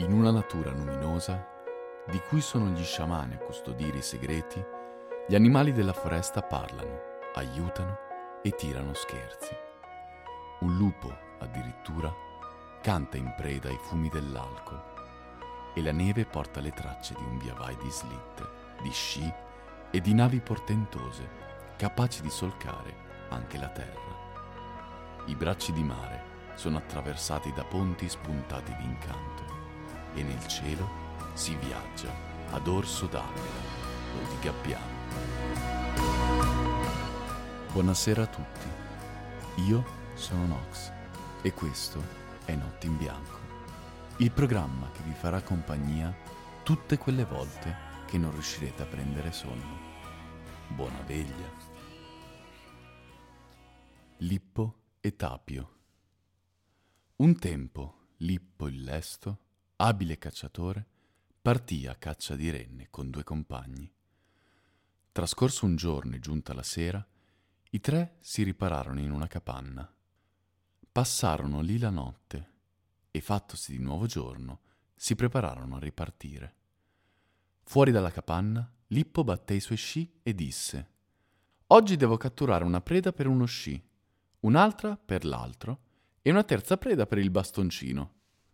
In una natura luminosa, di cui sono gli sciamani a custodire i segreti, gli animali della foresta parlano, aiutano e tirano scherzi. Un lupo, addirittura, canta in preda ai fumi dell'alcol e la neve porta le tracce di un via vai di slitte, di sci e di navi portentose, capaci di solcare anche la terra. I bracci di mare sono attraversati da ponti spuntati d'incanto e nel cielo si viaggia ad orso d'albero o di gabbiano. Buonasera a tutti, io sono Nox e questo è Notte in Bianco, il programma che vi farà compagnia tutte quelle volte che non riuscirete a prendere sonno. Buona veglia. Lippo e Tapio. Un tempo Lippo il lesto, abile cacciatore, partì a caccia di renne con 2 compagni. Trascorso un giorno e giunta la sera, i 3 si ripararono in una capanna. Passarono lì la notte e, fattosi di nuovo giorno, si prepararono a ripartire. Fuori dalla capanna, Lippo batté i suoi sci e disse: «Oggi devo catturare una preda per uno sci, un'altra per l'altro e una terza preda per il bastoncino».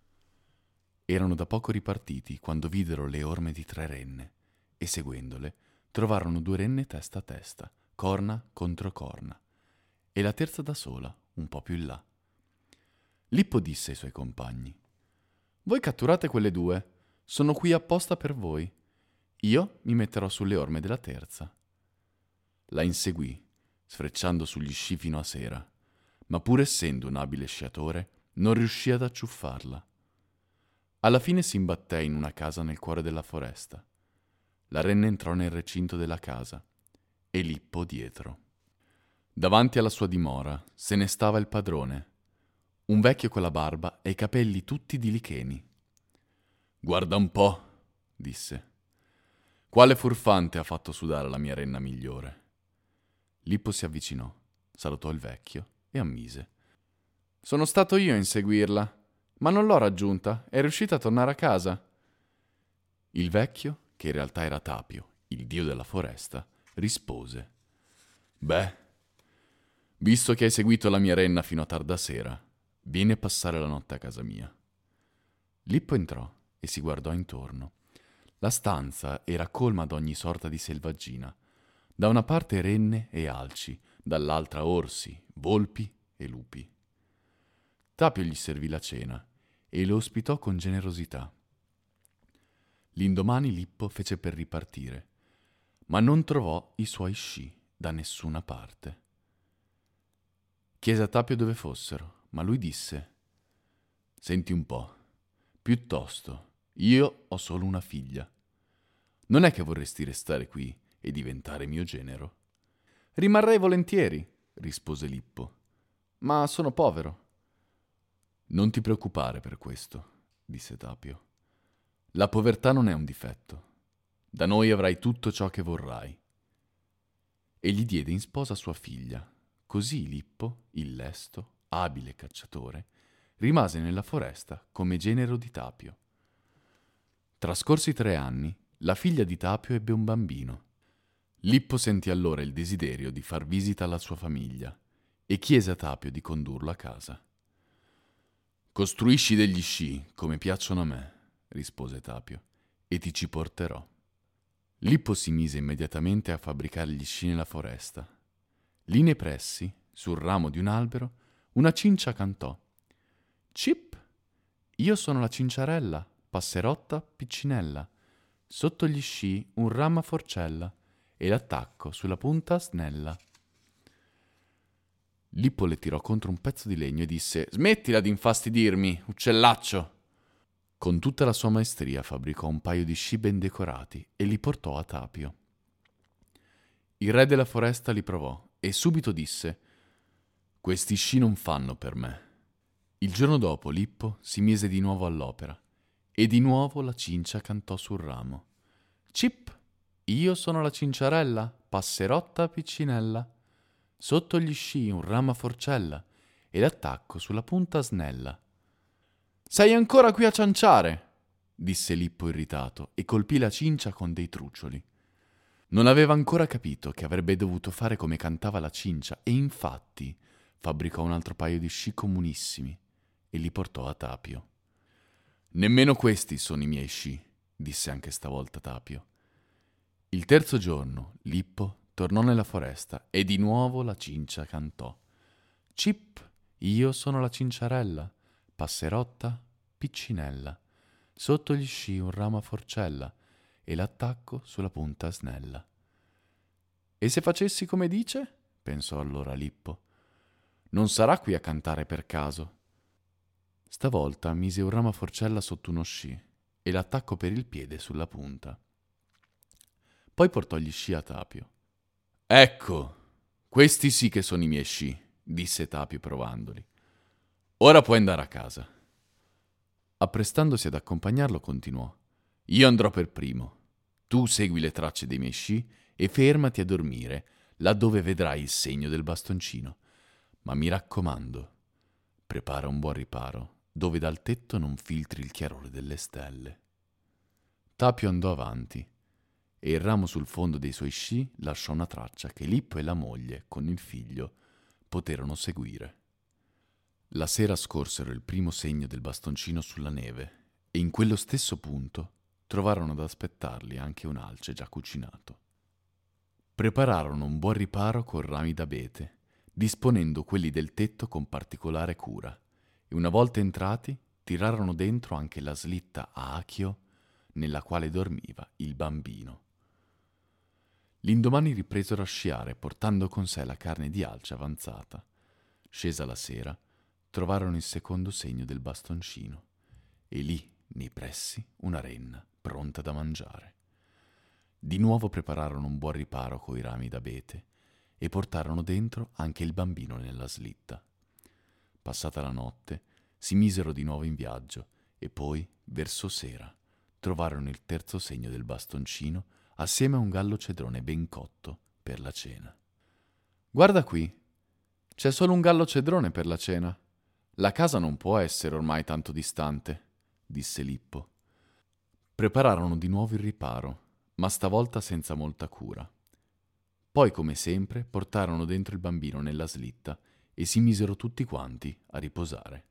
Erano da poco ripartiti quando videro le orme di 3 renne e, seguendole, trovarono 2 renne testa a testa, corna contro corna, e la terza da sola, un po' più in là. Lippo disse ai suoi compagni: «Voi catturate quelle 2, sono qui apposta per voi. Io mi metterò sulle orme della terza». La inseguì, sfrecciando sugli sci fino a sera, ma pur essendo un abile sciatore, non riuscì ad acciuffarla. Alla fine si imbatté in una casa nel cuore della foresta. La renna entrò nel recinto della casa e Lippo dietro. Davanti alla sua dimora se ne stava il padrone, un vecchio con la barba e i capelli tutti di licheni. «Guarda un po'», disse, «quale furfante ha fatto sudare la mia renna migliore?» Lippo si avvicinò, salutò il vecchio e ammise. «Sono stato io a inseguirla, ma non l'ho raggiunta, è riuscita a tornare a casa». Il vecchio, che in realtà era Tapio, il dio della foresta, rispose: «Beh, visto che hai seguito la mia renna fino a tarda sera, vieni a passare la notte a casa mia». Lippo entrò e si guardò intorno. La stanza era colma d'ogni sorta di selvaggina. Da una parte renne e alci, dall'altra orsi, volpi e lupi. Tapio gli servì la cena e lo ospitò con generosità. L'indomani Lippo fece per ripartire, ma non trovò i suoi sci da nessuna parte. Chiese a Tapio dove fossero, ma lui disse: «Senti un po', piuttosto, io ho solo una figlia. Non è che vorresti restare qui e diventare mio genero?» «Rimarrei volentieri», rispose Lippo, «ma sono povero». «Non ti preoccupare per questo», disse Tapio. «La povertà non è un difetto. Da noi avrai tutto ciò che vorrai». E gli diede in sposa sua figlia. Così Lippo, il lesto, abile cacciatore, rimase nella foresta come genero di Tapio. Trascorsi 3 anni, la figlia di Tapio ebbe un bambino. Lippo sentì allora il desiderio di far visita alla sua famiglia e chiese a Tapio di condurlo a casa. «Costruisci degli sci, come piacciono a me», rispose Tapio, «e ti ci porterò». Lippo si mise immediatamente a fabbricare gli sci nella foresta. Lì nei pressi, sul ramo di un albero, una cincia cantò: «Cip! Io sono la cinciarella, passerotta, piccinella. Sotto gli sci un ramo a forcella e l'attacco sulla punta snella». Lippo le tirò contro un pezzo di legno e disse: «Smettila di infastidirmi, uccellaccio!» Con tutta la sua maestria fabbricò un paio di sci ben decorati e li portò a Tapio. Il re della foresta li provò e subito disse: «Questi sci non fanno per me». Il giorno dopo Lippo si mise di nuovo all'opera e di nuovo la cincia cantò sul ramo: «Cip! Io sono la cinciarella, passerotta piccinella. Sotto gli sci un ramo a forcella e l'attacco sulla punta snella». «Sei ancora qui a cianciare?» disse Lippo irritato e colpì la cincia con dei trucioli. Non aveva ancora capito che avrebbe dovuto fare come cantava la cincia e infatti fabbricò un altro paio di sci comunissimi e li portò a Tapio. Nemmeno questi sono i miei sci, disse anche stavolta Tapio. Il terzo giorno Lippo tornò nella foresta e di nuovo la cincia cantò. Cip, io sono la cinciarella, passerotta, piccinella, sotto gli sci un ramo a forcella e l'attacco sulla punta snella. E se facessi come dice? Pensò allora Lippo. Non sarà qui a cantare per caso. Stavolta mise un ramo a forcella sotto uno sci e l'attacco per il piede sulla punta. Poi portò gli sci a Tapio. Ecco, questi sì che sono i miei sci, disse Tapio provandoli. Ora puoi andare a casa. Apprestandosi ad accompagnarlo continuò. Io andrò per primo. Tu segui le tracce dei miei sci e fermati a dormire laddove vedrai il segno del bastoncino. Ma mi raccomando, prepara un buon riparo dove dal tetto non filtri il chiarore delle stelle. Tapio andò avanti e il ramo sul fondo dei suoi sci lasciò una traccia che Lippo e la moglie, con il figlio, poterono seguire. La sera scorsero il primo segno del bastoncino sulla neve e in quello stesso punto trovarono ad aspettarli anche un alce già cucinato. Prepararono un buon riparo con rami d'abete, disponendo quelli del tetto con particolare cura, e una volta entrati tirarono dentro anche la slitta a acchio nella quale dormiva il bambino. L'indomani ripresero a sciare portando con sé la carne di alce avanzata. Scesa la sera, trovarono il secondo segno del bastoncino e lì, nei pressi, una renna pronta da mangiare. Di nuovo prepararono un buon riparo coi rami d'abete e portarono dentro anche il bambino nella slitta. Passata la notte, si misero di nuovo in viaggio e poi, verso sera, trovarono il terzo segno del bastoncino assieme a un gallo cedrone ben cotto per la cena. Guarda qui, c'è solo un gallo cedrone per la cena. La casa non può essere ormai tanto distante, disse Lippo. Prepararono di nuovo il riparo, ma stavolta senza molta cura. Poi, come sempre, portarono dentro il bambino nella slitta e si misero tutti quanti a riposare.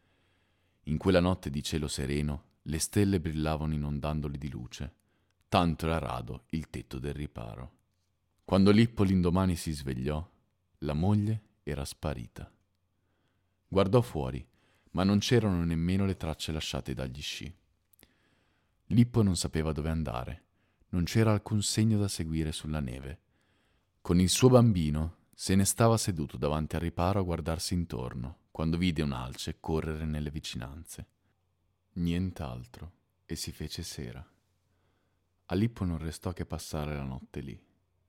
In quella notte di cielo sereno le stelle brillavano inondandoli di luce, tanto era rado il tetto del riparo. Quando Lippo l'indomani si svegliò, la moglie era sparita. Guardò fuori, ma non c'erano nemmeno le tracce lasciate dagli sci. Lippo non sapeva dove andare, non c'era alcun segno da seguire sulla neve. Con il suo bambino se ne stava seduto davanti al riparo a guardarsi intorno, quando vide un'alce correre nelle vicinanze. Nient'altro, e si fece sera. A Lippo non restò che passare la notte lì.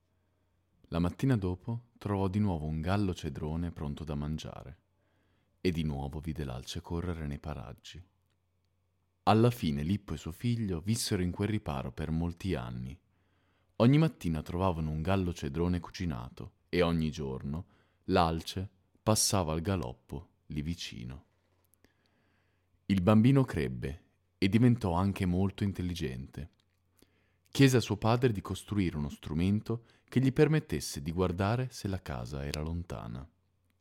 La mattina dopo trovò di nuovo un gallo cedrone pronto da mangiare e di nuovo vide l'alce correre nei paraggi. Alla fine Lippo e suo figlio vissero in quel riparo per molti anni. Ogni mattina trovavano un gallo cedrone cucinato e ogni giorno l'alce passava al galoppo lì vicino. Il bambino crebbe e diventò anche molto intelligente. Chiese a suo padre di costruire uno strumento che gli permettesse di guardare se la casa era lontana.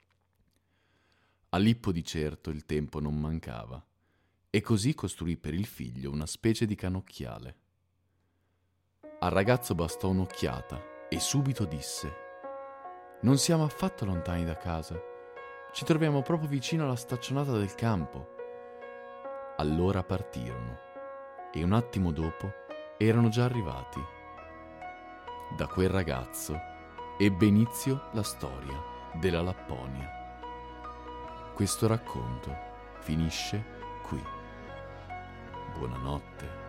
A Lippo di certo il tempo non mancava e così costruì per il figlio una specie di cannocchiale. Al ragazzo bastò un'occhiata e subito disse: «Non siamo affatto lontani da casa, ci troviamo proprio vicino alla staccionata del campo». Allora partirono e un attimo dopo erano già arrivati. Da quel ragazzo ebbe inizio la storia della Lapponia. Questo racconto finisce qui. Buonanotte.